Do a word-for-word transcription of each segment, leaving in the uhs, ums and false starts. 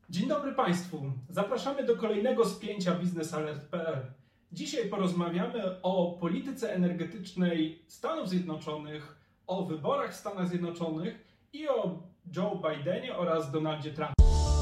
Dzień dobry Państwu. Zapraszamy do kolejnego spięcia biznes alert kropka p l. Dzisiaj porozmawiamy o polityce energetycznej Stanów Zjednoczonych, o wyborach w Stanach Zjednoczonych i o Joe Bidenie oraz Donaldzie Trumpie.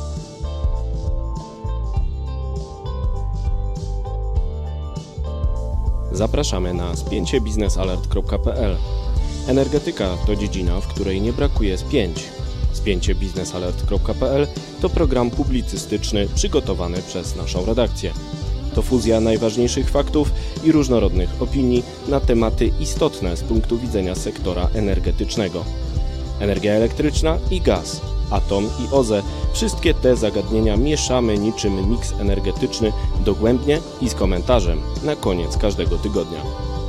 Zapraszamy na spięcie biznes alert kropka p l. Energetyka to dziedzina, w której nie brakuje spięć. Spięcie biznes alert kropka p l to program publicystyczny przygotowany przez naszą redakcję. To fuzja najważniejszych faktów i różnorodnych opinii na tematy istotne z punktu widzenia sektora energetycznego. Energia elektryczna i gaz, atom i O Z E, wszystkie te zagadnienia mieszamy niczym miks energetyczny dogłębnie i z komentarzem na koniec każdego tygodnia.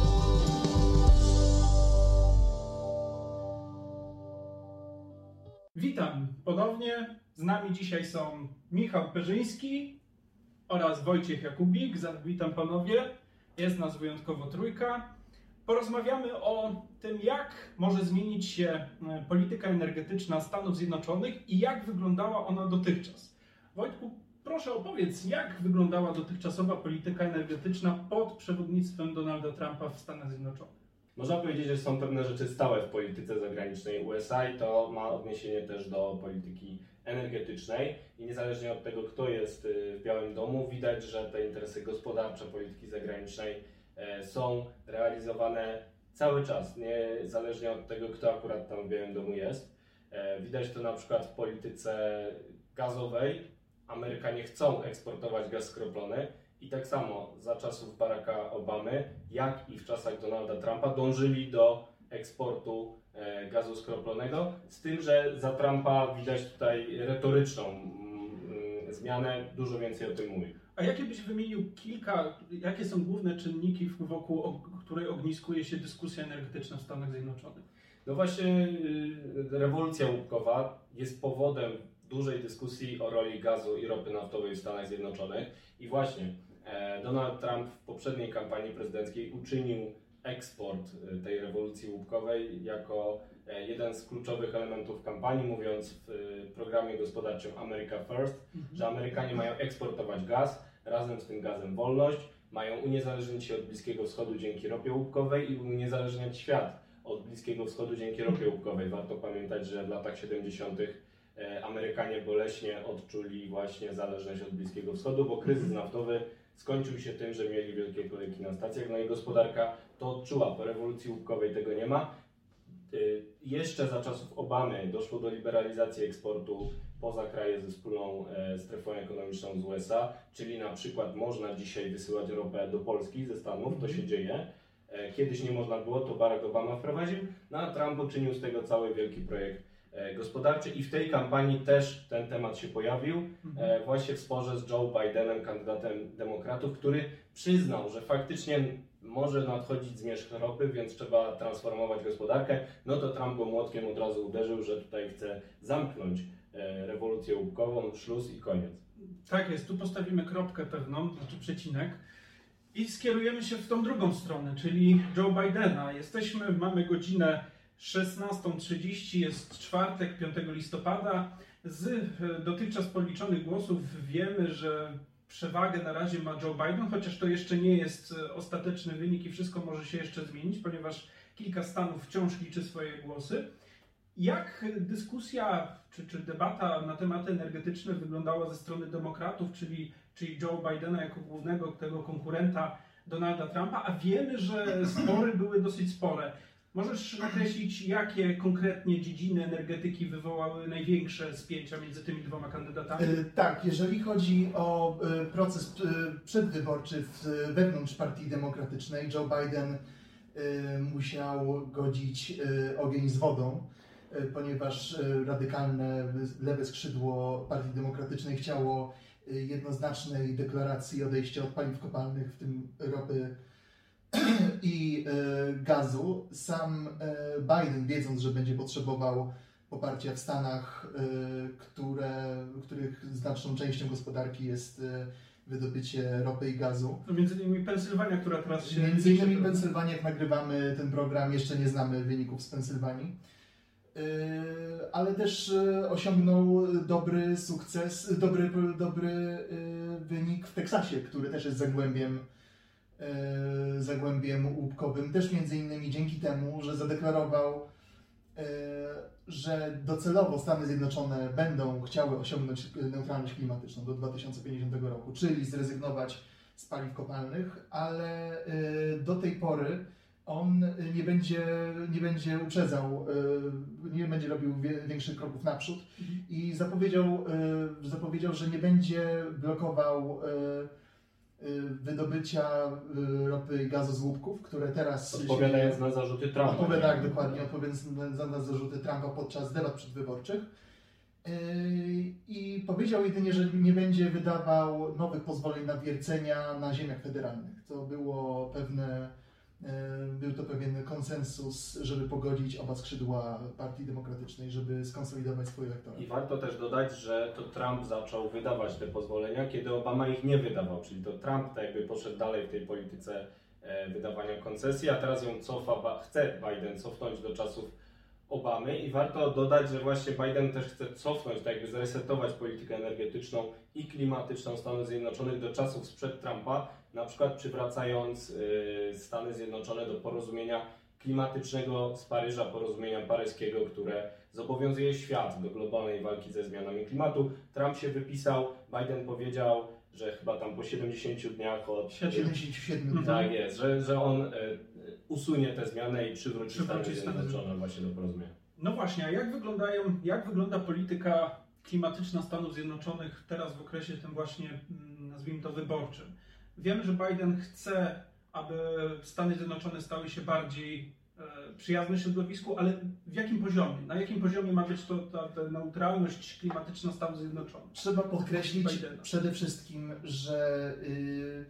Witam ponownie. Z nami dzisiaj są Michał Perzyński oraz Wojciech Jakubik. Witam panowie. Jest nas wyjątkowo trójka. Porozmawiamy o tym, jak może zmienić się polityka energetyczna Stanów Zjednoczonych i jak wyglądała ona dotychczas. Wojtku, proszę opowiedz, jak wyglądała dotychczasowa polityka energetyczna pod przewodnictwem Donalda Trumpa w Stanach Zjednoczonych. Można powiedzieć, że są pewne rzeczy stałe w polityce zagranicznej U S A i to ma odniesienie też do polityki energetycznej i niezależnie od tego, kto jest w Białym Domu, widać, że te interesy gospodarcze polityki zagranicznej są realizowane cały czas, niezależnie od tego, kto akurat tam w Białym Domu jest. Widać to na przykład w polityce gazowej. Amerykanie chcą eksportować gaz skroplony i tak samo za czasów Baracka Obamy, jak i w czasach Donalda Trumpa dążyli do eksportu gazu skroplonego, z tym, że za Trumpa widać tutaj retoryczną zmianę, dużo więcej o tym mówi. A jakie byś wymienił kilka, jakie są główne czynniki, wokół której ogniskuje się dyskusja energetyczna w Stanach Zjednoczonych? No właśnie rewolucja łupkowa jest powodem dużej dyskusji o roli gazu i ropy naftowej w Stanach Zjednoczonych i właśnie Donald Trump w poprzedniej kampanii prezydenckiej uczynił eksport tej rewolucji łupkowej jako jeden z kluczowych elementów kampanii, mówiąc w programie gospodarczym America First, mhm. że Amerykanie mają eksportować gaz, razem z tym gazem wolność, mają uniezależnić się od Bliskiego Wschodu dzięki ropie łupkowej i uniezależniać świat od Bliskiego Wschodu dzięki ropie łupkowej. Warto pamiętać, że w latach siedemdziesiątych Amerykanie boleśnie odczuli właśnie zależność od Bliskiego Wschodu, bo kryzys naftowy skończył się tym, że mieli wielkie kolejki na stacjach, no i gospodarka to odczuła. Po rewolucji łupkowej tego nie ma. Jeszcze za czasów Obamy doszło do liberalizacji eksportu poza kraje ze wspólną strefą ekonomiczną z U S A, czyli na przykład można dzisiaj wysyłać ropę do Polski ze Stanów, to się dzieje. Kiedyś nie można było, to Barack Obama wprowadził, no a Trump uczynił z tego cały wielki projekt gospodarczy i w tej kampanii też ten temat się pojawił, mhm. właśnie w sporze z Joe Bidenem, kandydatem demokratów, który przyznał, że faktycznie może nadchodzić zmierzch ropy, więc trzeba transformować gospodarkę. No to Trump go młotkiem od razu uderzył, że tutaj chce zamknąć rewolucję łupkową, szluz i koniec. Tak jest, tu postawimy kropkę pewną, znaczy przecinek i skierujemy się w tą drugą stronę, czyli Joe Bidena. Jesteśmy, mamy godzinę szesnasta trzydzieści, jest czwartek, piątego listopada. Z dotychczas policzonych głosów wiemy, że przewagę na razie ma Joe Biden, chociaż to jeszcze nie jest ostateczny wynik i wszystko może się jeszcze zmienić, ponieważ kilka stanów wciąż liczy swoje głosy. Jak dyskusja czy, czy debata na tematy energetyczne wyglądała ze strony demokratów, czyli, czyli Joe Bidena jako głównego tego konkurenta Donalda Trumpa, a wiemy, że spory były dosyć spore. Możesz nakreślić, jakie konkretnie dziedziny energetyki wywołały największe spięcia między tymi dwoma kandydatami? Tak, jeżeli chodzi o proces przedwyborczy wewnątrz Partii Demokratycznej, Joe Biden musiał godzić ogień z wodą, ponieważ radykalne lewe skrzydło Partii Demokratycznej chciało jednoznacznej deklaracji odejścia od paliw kopalnych, w tym ropy i e, gazu. Sam e, Biden, wiedząc, że będzie potrzebował poparcia w Stanach, e, które, których znaczną częścią gospodarki jest e, wydobycie ropy i gazu. No między innymi Pensylwania, która teraz się... Między innymi Pensylwania, jak nagrywamy ten program, jeszcze nie znamy wyników z Pensylwanii. ale też osiągnął dobry sukces, dobry, dobry wynik w Teksasie, który też jest zagłębiem, zagłębiem łupkowym. Też między innymi dzięki temu, że zadeklarował, że docelowo Stany Zjednoczone będą chciały osiągnąć neutralność klimatyczną do dwa tysiące pięćdziesiątego roku, czyli zrezygnować z paliw kopalnych, ale do tej pory on nie będzie, nie będzie uprzedzał, nie będzie robił większych kroków naprzód i zapowiedział, zapowiedział, że nie będzie blokował wydobycia ropy i gazu z łupków, które teraz... Odpowiadając na zarzuty Trumpa. Odpowiada, tak, dokładnie, odpowiadając na, na zarzuty Trumpa podczas debat przedwyborczych. I powiedział jedynie, że nie będzie wydawał nowych pozwoleń na wiercenia na ziemiach federalnych. To było pewne, był to pewien konsensus, żeby pogodzić oba skrzydła Partii Demokratycznej, żeby skonsolidować swój elektorat. I warto też dodać, że to Trump zaczął wydawać te pozwolenia, kiedy Obama ich nie wydawał, czyli to Trump tak jakby poszedł dalej w tej polityce wydawania koncesji, a teraz ją cofa, chce Biden cofnąć do czasów Obamy i warto dodać, że właśnie Biden też chce cofnąć, tak jakby zresetować politykę energetyczną i klimatyczną Stanów Zjednoczonych do czasów sprzed Trumpa, na przykład przywracając y, Stany Zjednoczone do porozumienia klimatycznego z Paryża, porozumienia paryskiego, które zobowiązuje świat do globalnej walki ze zmianami klimatu. Trump się wypisał, Biden powiedział, że chyba tam po siedemdziesięciu dniach od... siedemdziesięciu siedmiu Tak jest, że, że on y, usunie tę zmianę i przywróci, przywróci Stany Zjednoczone właśnie do porozumienia. No właśnie, a jak wyglądają, jak wygląda polityka klimatyczna Stanów Zjednoczonych teraz w okresie tym właśnie, nazwijmy to, wyborczym? Wiemy, że Biden chce, aby Stany Zjednoczone stały się bardziej e, przyjazne środowisku, ale w jakim poziomie? Na jakim poziomie ma być to ta, ta neutralność klimatyczna Stanów Zjednoczonych? Trzeba podkreślić Bidena. przede wszystkim, że y,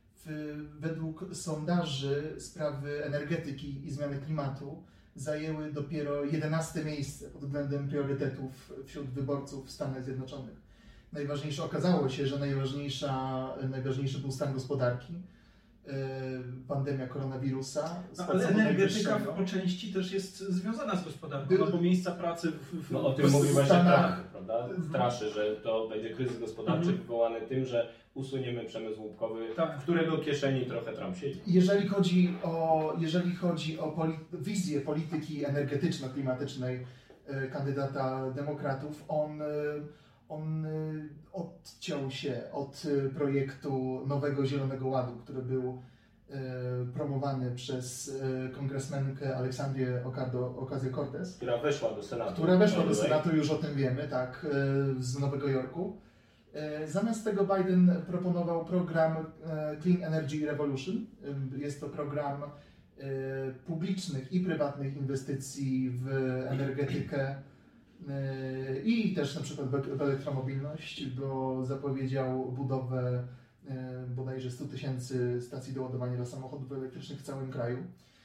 w, według sondaży sprawy energetyki i zmiany klimatu zajęły dopiero jedenaste miejsce pod względem priorytetów wśród wyborców w Stanach Zjednoczonych. Najważniejsze, okazało się, że najważniejsza, najważniejszy był stan gospodarki, yy, pandemia koronawirusa. No, ale energetyka po części też jest związana z gospodarką, no bo miejsca pracy w, w, No o tym w mówi właśnie Stanach, Trump, prawda? Straszy, że to będzie kryzys gospodarczy Mhm. wywołany tym, że usuniemy przemysł łupkowy, Tak. w którego kieszeni trochę Trump siedzi. Jeżeli chodzi o, jeżeli chodzi o poli wizję polityki energetyczno-klimatycznej y, kandydata demokratów, on, y, on y, odciął się od y, projektu Nowego Zielonego Ładu, który był y, promowany przez y, kongresmenkę Aleksandrię Ocasio-Cortez, Która weszła do Senatu. która weszła do by the way. Senatu, już o tym wiemy, tak, y, z Nowego Jorku. Zamiast tego Biden proponował program Clean Energy Revolution. Jest to program publicznych i prywatnych inwestycji w energetykę i też na przykład w elektromobilność, bo zapowiedział budowę bodajże stu tysięcy stacji do ładowania dla samochodów elektrycznych w całym kraju.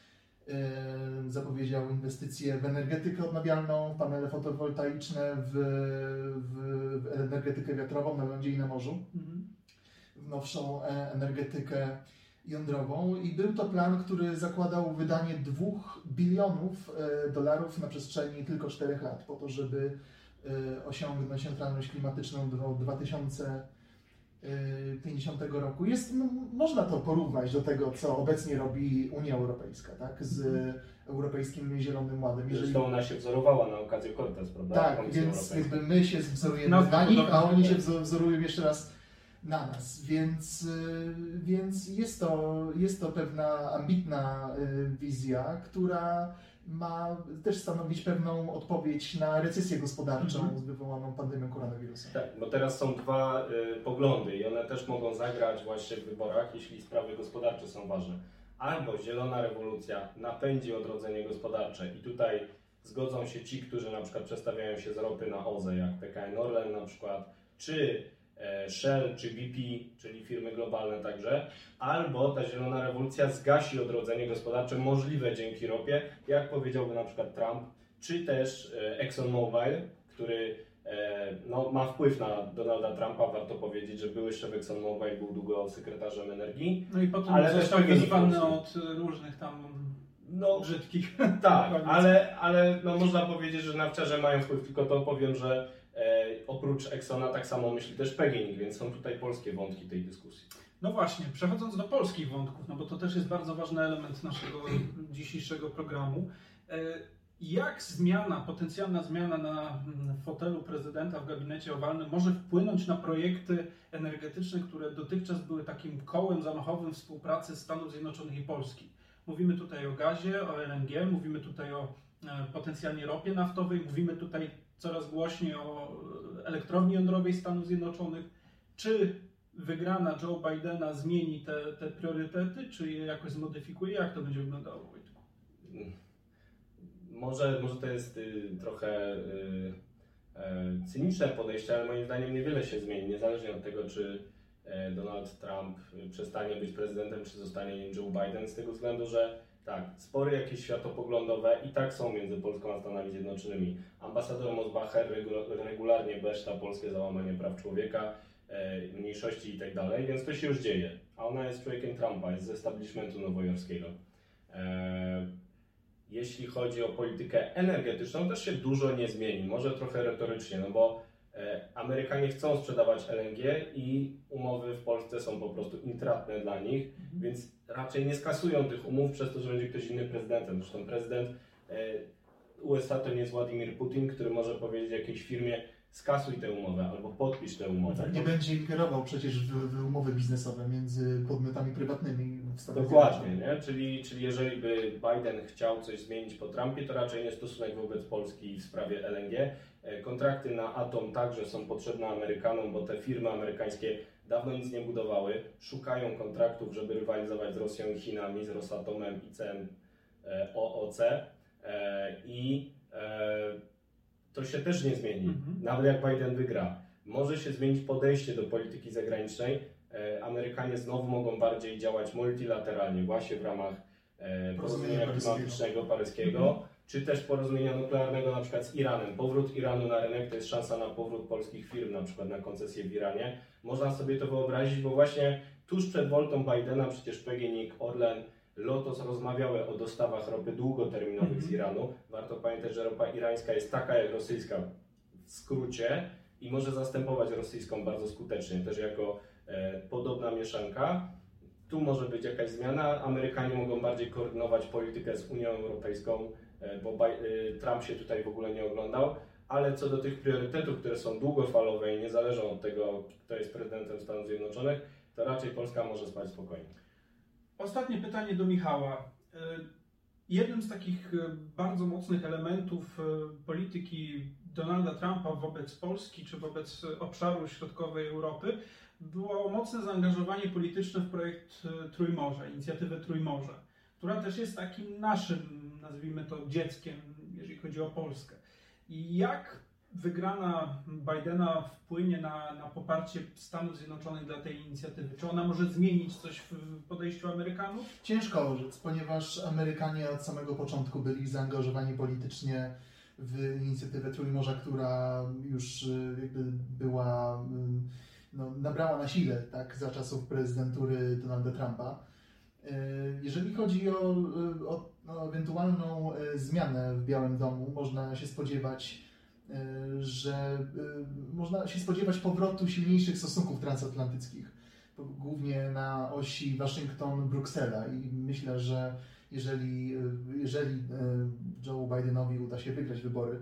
Zapowiedział inwestycje w energetykę odnawialną, w panele fotowoltaiczne, w, w, w energetykę wiatrową na lądzie i na morzu, Mhm. w nowszą energetykę jądrową i był to plan, który zakładał wydanie dwóch bilionów dolarów na przestrzeni tylko czterech lat po to, żeby osiągnąć neutralność klimatyczną do dwa tysiące pięćdziesiątego roku. Jest, no, można to porównać do tego, co obecnie robi Unia Europejska, tak, z Europejskim Zielonym Ładem. Jeżeli... Zresztą ona się wzorowała na Ocasio-Cortez, prawda? Tak, Komisji więc Europejskiej. jakby my się wzorujemy No, na nich, a podobnie. oni się wzo- wzorują jeszcze raz na nas, więc, y, więc jest, to, jest to pewna ambitna y, wizja, która ma też stanowić pewną odpowiedź na recesję gospodarczą Mhm. wywołaną pandemią koronawirusa. Tak, bo teraz są dwa y, poglądy i one też mogą zagrać właśnie w wyborach, jeśli sprawy gospodarcze są ważne. Albo zielona rewolucja napędzi odrodzenie gospodarcze i tutaj zgodzą się ci, którzy na przykład przestawiają się z ropy na O Z E, jak P K N Orlen na przykład, czy e, Shell, czy B P, czyli firmy globalne także, albo ta zielona rewolucja zgasi odrodzenie gospodarcze możliwe dzięki ropie, jak powiedziałby na przykład Trump, czy też e, ExxonMobil, który e, no, ma wpływ na Donalda Trumpa. Warto powiedzieć, że były szef ExxonMobil był długo sekretarzem energii. No i potem Ale też został pewnie nie wyzwany wrócił. od różnych tam No, brzydkich. tak, ale, ale no, można powiedzieć, że nafciarze mają wpływ, tylko to powiem, że e, oprócz Exxona tak samo myśli też P G N I G, więc są tutaj polskie wątki tej dyskusji. No właśnie, przechodząc do polskich wątków, no bo to też jest bardzo ważny element naszego dzisiejszego programu. Jak zmiana, potencjalna zmiana na fotelu prezydenta w gabinecie owalnym może wpłynąć na projekty energetyczne, które dotychczas były takim kołem zamachowym współpracy Stanów Zjednoczonych i Polski? Mówimy tutaj o gazie, o L N G, mówimy tutaj o potencjalnie ropie naftowej, mówimy tutaj coraz głośniej o elektrowni jądrowej Stanów Zjednoczonych. Czy wygrana Joe Bidena zmieni te, te priorytety, czy je jakoś zmodyfikuje? Jak to będzie wyglądało, Wojtku? Może, może to jest y, trochę y, y, cyniczne podejście, ale moim zdaniem niewiele się zmieni, niezależnie od tego, czy y, Donald Trump y, przestanie być prezydentem, czy zostanie nim Joe Biden, z tego względu, że tak, spory jakieś światopoglądowe i tak są między Polską a Stanami Zjednoczonymi. Ambasador Mosbacher regularnie beszta polskie załamanie praw człowieka, y, mniejszości i tak dalej, więc to się już dzieje. A ona jest człowiekiem Trumpa, jest z establishmentu nowojorskiego. Y, Jeśli chodzi o politykę energetyczną, też się dużo nie zmieni, może trochę retorycznie, no bo e, Amerykanie chcą sprzedawać L N G i umowy w Polsce są po prostu intratne dla nich, mhm. więc raczej nie skasują tych umów przez to, że będzie ktoś inny prezydentem. Zresztą prezydent e, U S A to nie jest Władimir Putin, który może powiedzieć jakiejś firmie: skasuj tę umowę albo podpisz tę umowę. Tak, nie będzie ingerował przecież w, w umowy biznesowe między podmiotami prywatnymi w Stanach Dokładnie, nie? Czyli, czyli jeżeli by Biden chciał coś zmienić po Trumpie, to raczej nie stosunek wobec Polski w sprawie L N G. Kontrakty na atom także są potrzebne Amerykanom, bo te firmy amerykańskie dawno nic nie budowały, szukają kontraktów, żeby rywalizować z Rosją i Chinami, z Rosatomem i C N O O C i to się też nie zmieni, mhm. nawet jak Biden wygra. Może się zmienić podejście do polityki zagranicznej. E, Amerykanie znowu mogą bardziej działać multilateralnie, właśnie w ramach e, porozumienia klimatycznego paryskiego, mhm. czy też porozumienia nuklearnego na przykład z Iranem. Powrót Iranu na rynek to jest szansa na powrót polskich firm, na przykład na koncesję w Iranie. Można sobie to wyobrazić, bo właśnie tuż przed woltą Bidena przecież P G N I G, Orlen, Lotos rozmawiały o dostawach ropy długoterminowych z Iranu. Warto pamiętać, że ropa irańska jest taka jak rosyjska w skrócie i może zastępować rosyjską bardzo skutecznie, też jako e, podobna mieszanka. Tu może być jakaś zmiana. Amerykanie mogą bardziej koordynować politykę z Unią Europejską, e, bo e, Trump się tutaj w ogóle nie oglądał. Ale co do tych priorytetów, które są długofalowe i nie zależą od tego, kto jest prezydentem Stanów Zjednoczonych, to raczej Polska może spać spokojnie. Ostatnie pytanie do Michała. Jednym z takich bardzo mocnych elementów polityki Donalda Trumpa wobec Polski czy wobec obszaru środkowej Europy było mocne zaangażowanie polityczne w projekt Trójmorza, inicjatywę Trójmorza, która też jest takim naszym, nazwijmy to, dzieckiem, jeżeli chodzi o Polskę. I jak wygrana Bidena wpłynie na, na poparcie Stanów Zjednoczonych dla tej inicjatywy? Czy ona może zmienić coś w podejściu Amerykanów? Ciężko orzec, ponieważ Amerykanie od samego początku byli zaangażowani politycznie w inicjatywę Trójmorza, która już jakby była, no, nabrała na sile, tak, za czasów prezydentury Donalda Trumpa. Jeżeli chodzi o, o, o ewentualną zmianę w Białym Domu, można się spodziewać, że można się spodziewać powrotu silniejszych stosunków transatlantyckich, głównie na osi Waszyngton-Bruksela, i myślę, że jeżeli, jeżeli Joe Bidenowi uda się wygrać wybory,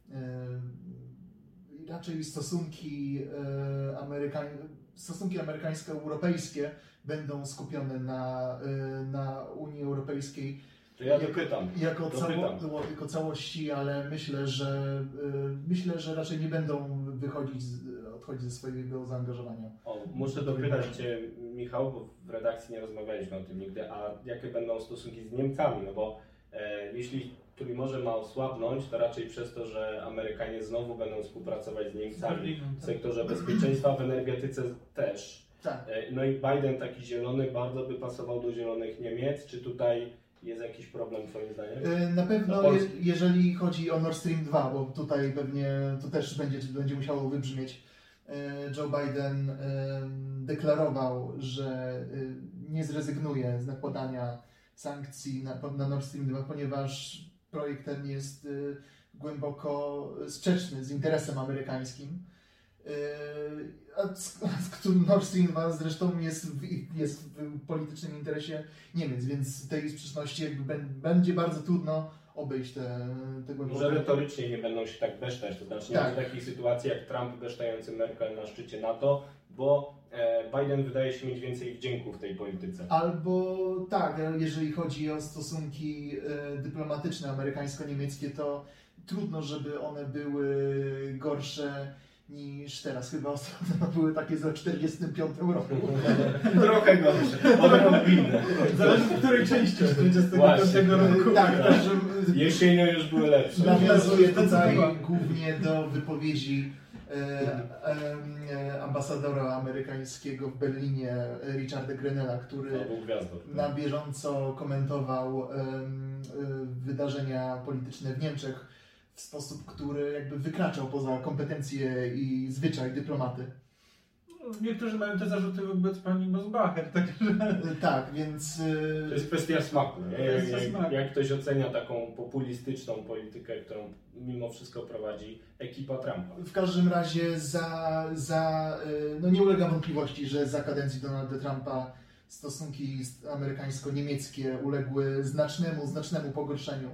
raczej stosunki, Amerykań, stosunki amerykańsko-europejskie będą skupione na, na Unii Europejskiej. To ja dopytam. Jako, cało, jako całości, ale myślę, że myślę, że raczej nie będą wychodzić, odchodzić ze swojego zaangażowania. O, muszę dopytać Cię, Michał, bo w redakcji nie rozmawialiśmy o tym nigdy, a jakie będą stosunki z Niemcami? No bo e, jeśli Trójmorze ma osłabnąć, to raczej przez to, że Amerykanie znowu będą współpracować z Niemcami w sektorze bezpieczeństwa, w energetyce też. Tak. E, no i Biden taki zielony bardzo by pasował do zielonych Niemiec. Czy tutaj jest jakiś problem Twoim zdaniem? Na pewno je, jeżeli chodzi o Nord Stream dwa, bo tutaj pewnie to też będzie, będzie musiało wybrzmieć. Joe Biden deklarował, że nie zrezygnuje z nakładania sankcji na, na Nord Stream dwa, ponieważ projekt ten jest y, głęboko sprzeczny z interesem amerykańskim. Y, a z, z, Nord Stream dwa zresztą jest w, jest w politycznym interesie Niemiec, więc tej sprzeczności jakby b, będzie bardzo trudno obejść te, te głębokie... Może retorycznie nie będą się tak besztać, to znaczy nie tak. ma takiej sytuacji jak Trump besztający Merkel na szczycie NATO, bo Biden wydaje się mieć więcej wdzięku w tej polityce. Albo tak, jeżeli chodzi o stosunki dyplomatyczne amerykańsko-niemieckie, to trudno, żeby one były gorsze niż teraz. Chyba ostatnio były takie za czterdziestym piątym roku. Trochę gorsze, odrobinę. Zależy w której części czterdziestego piątego roku. Tak, tak, że jesienią już były lepsze. Nawiązuje tutaj głównie do wypowiedzi e, e, ambasadora amerykańskiego w Berlinie Richarda Grenella, który na bieżąco komentował e, e, wydarzenia polityczne w Niemczech w sposób, który jakby wykraczał poza kompetencje i zwyczaj dyplomaty. Niektórzy mają te zarzuty wobec pani Mosbacher, także... Tak, więc... To jest kwestia smaku, nie? Jak, jak, smak. jak ktoś ocenia taką populistyczną politykę, którą mimo wszystko prowadzi ekipa Trumpa. W każdym razie za, za, no nie ulega wątpliwości, że za kadencji Donalda Trumpa stosunki amerykańsko-niemieckie uległy znacznemu, znacznemu pogorszeniu.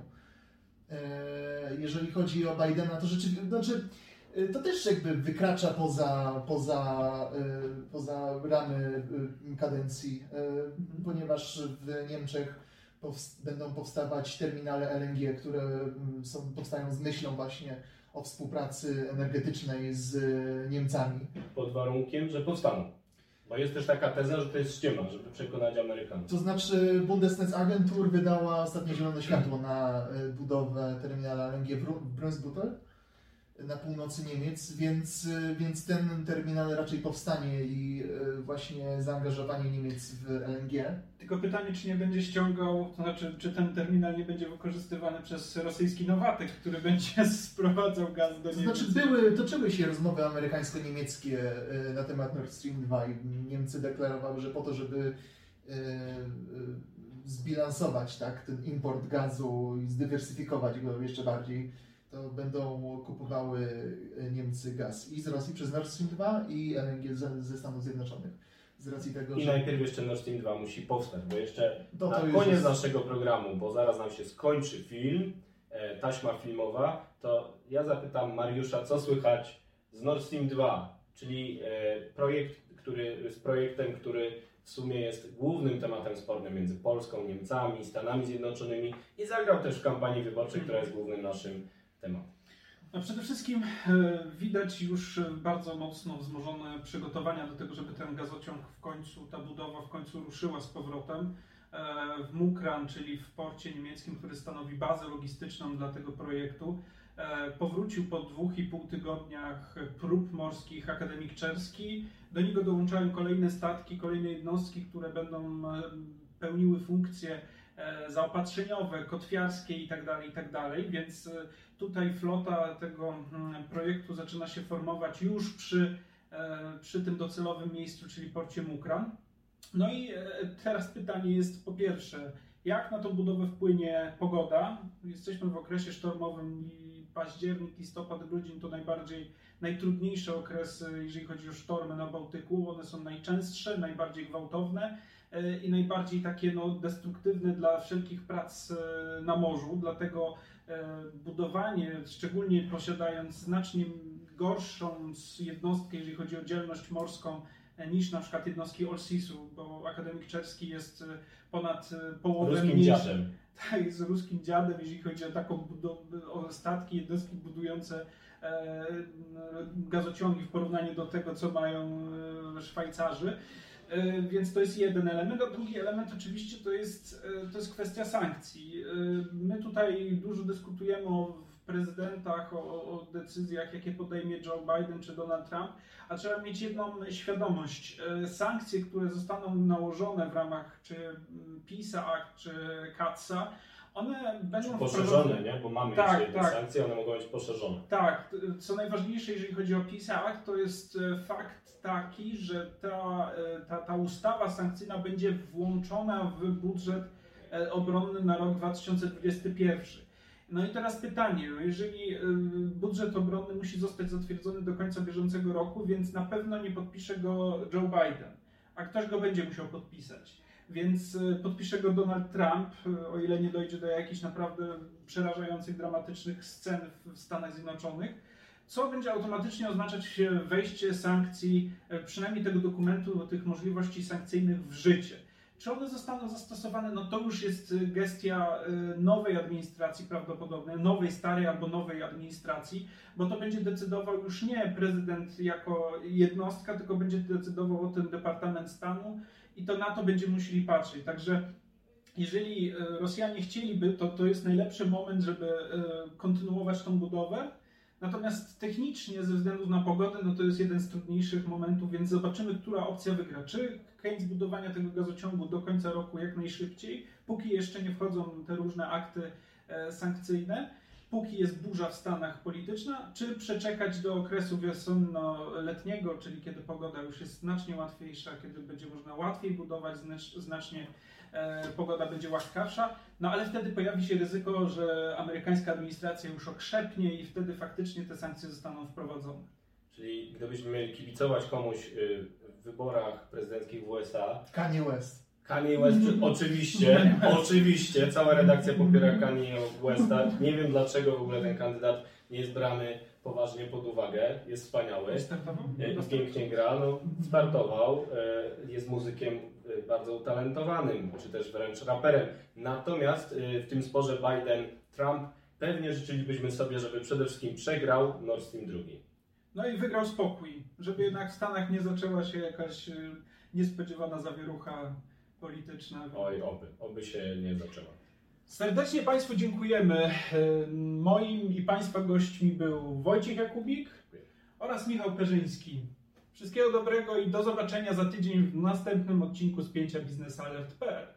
Jeżeli chodzi o Bidena, to rzeczywiście, znaczy, to też jakby wykracza poza, poza, poza ramy kadencji, ponieważ w Niemczech powst- będą powstawać terminale L N G, które są, powstają z myślą właśnie o współpracy energetycznej z Niemcami. Pod warunkiem, że powstaną. Bo jest też taka teza, że to jest ściema, żeby przekonać Amerykanów. To znaczy Bundesnetzagentur wydała ostatnio zielone światło na budowę terminala L N G w Brunsbüttel na północy Niemiec, więc, więc ten terminal raczej powstanie i właśnie zaangażowanie Niemiec w L N G. Tylko pytanie, czy nie będzie ściągał, to znaczy, czy ten terminal nie będzie wykorzystywany przez rosyjski Nowatek, który będzie sprowadzał gaz do Niemiec? To znaczy były, toczyły się rozmowy amerykańsko-niemieckie na temat Nord Stream dwa i Niemcy deklarowały, że po to, żeby zbilansować tak, ten import gazu i zdywersyfikować go jeszcze bardziej, to będą kupowały Niemcy gaz i z Rosji przez Nord Stream dwa i L N G ze, ze Stanów Zjednoczonych. Z racji tego, I że... najpierw jeszcze Nord Stream dwa musi powstać, bo jeszcze to na to koniec jest... naszego programu, bo zaraz nam się skończy film, e, taśma filmowa, to ja zapytam Mariusza, co słychać z Nord Stream dwa, czyli e, projekt, który, z projektem, który w sumie jest głównym tematem spornym między Polską, Niemcami, Stanami Zjednoczonymi i zagrał też w kampanii wyborczej, która jest głównym naszym tematem. No przede wszystkim e, widać już bardzo mocno wzmożone przygotowania do tego, żeby ten gazociąg w końcu, ta budowa w końcu ruszyła z powrotem. E, w Mukran, czyli w porcie niemieckim, który stanowi bazę logistyczną dla tego projektu, e, powrócił po dwóch i pół tygodniach prób morskich akademik Czerski. Do niego dołączają kolejne statki, kolejne jednostki, które będą e, pełniły funkcje zaopatrzeniowe, kotwiarskie itd., itd., więc tutaj flota tego projektu zaczyna się formować już przy, przy tym docelowym miejscu, czyli porcie Mukran. No i teraz pytanie jest po pierwsze, jak na tą budowę wpłynie pogoda? Jesteśmy w okresie sztormowym i październik, listopad, grudzień to najbardziej, najtrudniejsze okresy, jeżeli chodzi o sztormy na Bałtyku. One są najczęstsze, najbardziej gwałtowne i najbardziej takie no, destruktywne dla wszelkich prac na morzu, dlatego budowanie, szczególnie posiadając znacznie gorszą jednostkę, jeżeli chodzi o dzielność morską, niż na przykład jednostki Allseasu, bo akademik Czerski jest ponad połowę ruskim mniejszy. dziadem. Tak, jest ruskim dziadem, jeżeli chodzi o taką budowę, o statki, jednostki budujące e, gazociągi w porównaniu do tego, co mają e, Szwajcarzy. Więc to jest jeden element, a drugi element oczywiście to jest, to jest kwestia sankcji. My tutaj dużo dyskutujemy o prezydentach, o, o decyzjach, jakie podejmie Joe Biden czy Donald Trump, a trzeba mieć jedną świadomość. Sankcje, które zostaną nałożone w ramach czy PISA Act, czy CAATSA, one będą poszerzone, nie? Bo mamy tak, jeszcze jedne tak. sankcje, one mogą być poszerzone. Tak, co najważniejsze, jeżeli chodzi o PISA Act, to jest fakt taki, że ta, ta, ta ustawa sankcyjna będzie włączona w budżet obronny na rok dwa tysiące dwudziesty pierwszy. No i teraz pytanie, no jeżeli budżet obronny musi zostać zatwierdzony do końca bieżącego roku, więc na pewno nie podpisze go Joe Biden, a ktoś go będzie musiał podpisać. Więc podpisze go Donald Trump, o ile nie dojdzie do jakichś naprawdę przerażających, dramatycznych scen w Stanach Zjednoczonych, co będzie automatycznie oznaczać wejście sankcji, przynajmniej tego dokumentu, tych możliwości sankcyjnych w życie. Czy one zostaną zastosowane? No to już jest gestia nowej administracji prawdopodobnie, nowej, starej albo nowej administracji, bo to będzie decydował już nie prezydent jako jednostka, tylko będzie decydował o tym Departament Stanu i to na to będziemy musieli patrzeć. Także jeżeli Rosjanie chcieliby, to to jest najlepszy moment, żeby kontynuować tą budowę. Natomiast technicznie, ze względu na pogodę, no to jest jeden z trudniejszych momentów, więc zobaczymy, która opcja wygra. Czy chęć budowania tego gazociągu do końca roku jak najszybciej, póki jeszcze nie wchodzą te różne akty e, sankcyjne, póki jest burza w Stanach polityczna, czy przeczekać do okresu wiosenno-letniego, czyli kiedy pogoda już jest znacznie łatwiejsza, kiedy będzie można łatwiej budować, znacznie e, pogoda będzie łaskawsza, no ale wtedy pojawi się ryzyko, że amerykańska administracja już okrzepnie i wtedy faktycznie te sankcje zostaną wprowadzone. Czyli gdybyśmy mieli kibicować komuś w wyborach prezydenckich w U S A... Kanye West. Kanye West, oczywiście, oczywiście, cała redakcja popiera Kanye Westa. Nie wiem dlaczego w ogóle ten kandydat nie jest brany poważnie pod uwagę. Jest wspaniały, pięknie gra, no, startował, jest muzykiem bardzo utalentowanym, czy też wręcz raperem. Natomiast w tym sporze Biden-Trump pewnie życzylibyśmy sobie, żeby przede wszystkim przegrał Nord Stream dwa. No i wygrał spokój, żeby jednak w Stanach nie zaczęła się jakaś niespodziewana zawierucha polityczna. Oj, oby, oby się nie zaczęła. Serdecznie Państwu dziękujemy. Moim i Państwa gośćmi był Wojciech Jakubik oraz Michał Perzyński. Wszystkiego dobrego i do zobaczenia za tydzień w następnym odcinku Spięcia Biznes Alert kropka p l.